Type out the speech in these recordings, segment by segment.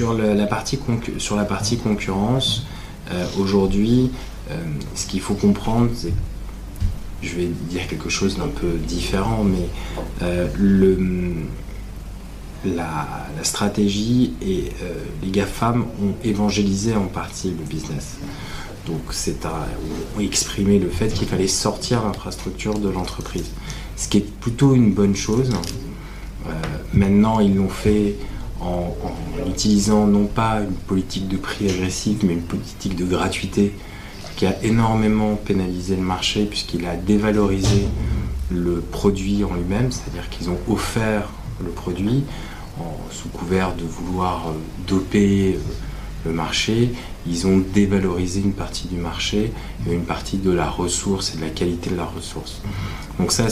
Sur la partie concurrence, aujourd'hui, ce qu'il faut comprendre, c'est, je vais dire quelque chose d'un peu différent, mais la stratégie et les GAFAM ont évangélisé en partie le business. Donc ont exprimé le fait qu'il fallait sortir l'infrastructure de l'entreprise, ce qui est plutôt une bonne chose. Maintenant, ils l'ont fait en utilisant non pas une politique de prix agressive, mais une politique de gratuité qui a énormément pénalisé le marché puisqu'il a dévalorisé le produit en lui-même, c'est-à-dire qu'ils ont offert le produit sous couvert de vouloir doper le marché. Ils ont dévalorisé une partie du marché et une partie de la ressource et de la qualité de la ressource. Donc ça,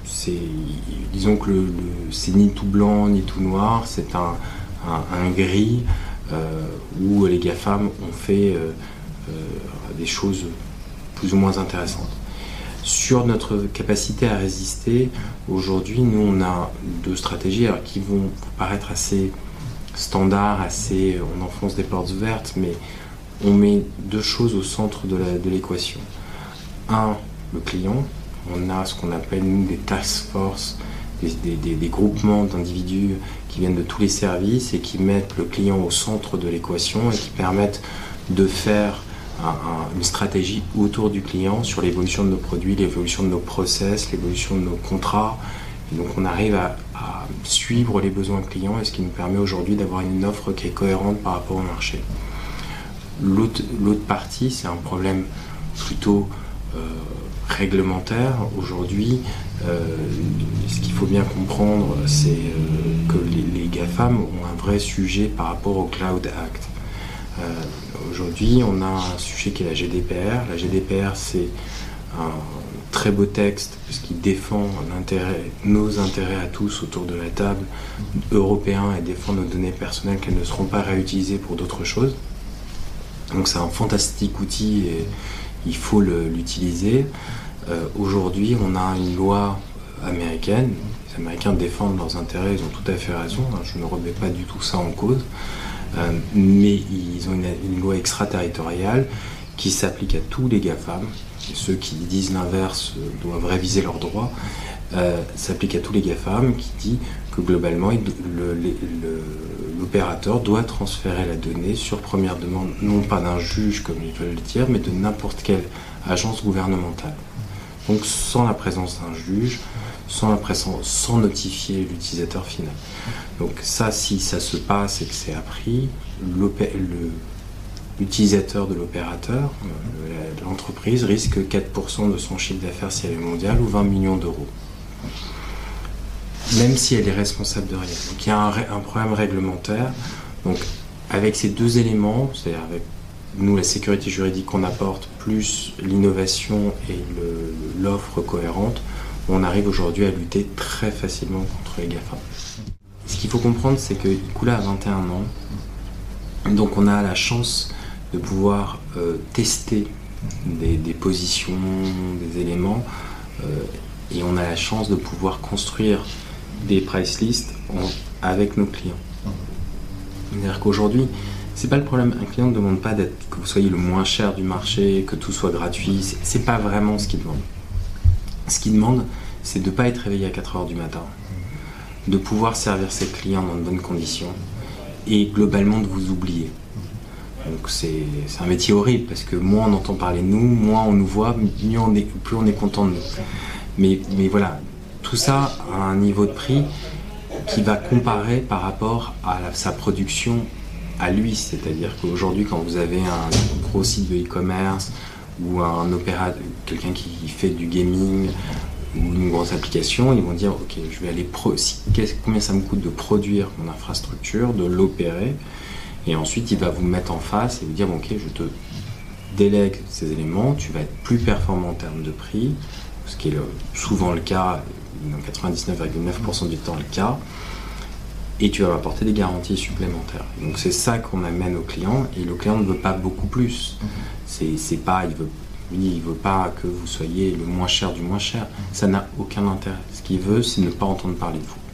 disons que c'est ni tout blanc ni tout noir, c'est un gris où les GAFAM ont fait des choses plus ou moins intéressantes. Sur notre capacité à résister, aujourd'hui, nous, on a deux stratégies qui vont paraître assez standards, on enfonce des portes ouvertes, mais on met deux choses au centre de l'équation. Un, le client. On a ce qu'on appelle, nous, des task force, des groupements d'individus qui viennent de tous les services et qui mettent le client au centre de l'équation et qui permettent de faire une stratégie autour du client sur l'évolution de nos produits, l'évolution de nos process, l'évolution de nos contrats. Et donc on arrive à suivre les besoins clients et ce qui nous permet aujourd'hui d'avoir une offre qui est cohérente par rapport au marché. L'autre partie, c'est un problème plutôt réglementaire. Aujourd'hui, ce qu'il faut bien comprendre, c'est que les GAFAM ont un vrai sujet par rapport au Cloud Act. Aujourd'hui, on a un sujet qui est la GDPR. La GDPR, c'est un très beau texte parce qu'il défend nos intérêts à tous autour de la table européens et défend nos données personnelles qu'elles ne seront pas réutilisées pour d'autres choses. Donc c'est un fantastique outil et il faut l'utiliser. Aujourd'hui, on a une loi américaine. Les Américains défendent leurs intérêts, ils ont tout à fait raison. Je ne remets pas du tout ça en cause. Mais ils ont une loi extraterritoriale qui s'applique à tous les GAFAM. Et ceux qui disent l'inverse doivent réviser leurs droits. S'applique à tous les GAFAM qui dit que globalement l'opérateur doit transférer la donnée sur première demande, non pas d'un juge comme ils veulent le dire, mais de n'importe quelle agence gouvernementale. Donc sans la présence d'un juge, sans notifier l'utilisateur final. Donc ça, si ça se passe et que c'est appris, l'utilisateur de l'opérateur, l'entreprise, risque 4% de son chiffre d'affaires si elle est mondiale ou 20 millions d'euros. Même si elle est responsable de rien. Donc il y a un problème réglementaire. Donc avec ces deux éléments, c'est-à-dire avec nous la sécurité juridique qu'on apporte, plus l'innovation et l'offre cohérente, on arrive aujourd'hui à lutter très facilement contre les GAFA. Ce qu'il faut comprendre, c'est que Ikula a 21 ans. Donc on a la chance de pouvoir tester des positions, des éléments, et on a la chance de pouvoir construire des price lists avec nos clients. C'est-à-dire qu'aujourd'hui, c'est pas le problème. Un client ne demande pas que vous soyez le moins cher du marché, que tout soit gratuit. C'est pas vraiment ce qu'il demande. Ce qu'il demande, c'est de ne pas être réveillé à 4 heures du matin, de pouvoir servir ses clients dans de bonnes conditions et globalement de vous oublier. Donc c'est un métier horrible parce que moins on entend parler de nous, moins on nous voit, plus on est content de nous. Mais voilà, tout ça a un niveau de prix qui va comparer par rapport à sa production à lui. C'est-à-dire qu'aujourd'hui, quand vous avez un gros site de e-commerce ou quelqu'un qui fait du gaming ou une grosse application, ils vont dire ok, je vais aller combien ça me coûte de produire mon infrastructure, de l'opérer, et ensuite il va vous mettre en face et vous dire bon, ok, je te délègue ces éléments, tu vas être plus performant en termes de prix, ce qui est souvent le cas, dans 99,9% du temps le cas, et tu vas m'apporter des garanties supplémentaires. Donc c'est ça qu'on amène au client, et le client ne veut pas beaucoup plus. Il veut pas que vous soyez le moins cher du moins cher. Ça n'a aucun intérêt. Ce qu'il veut, c'est ne pas entendre parler de vous.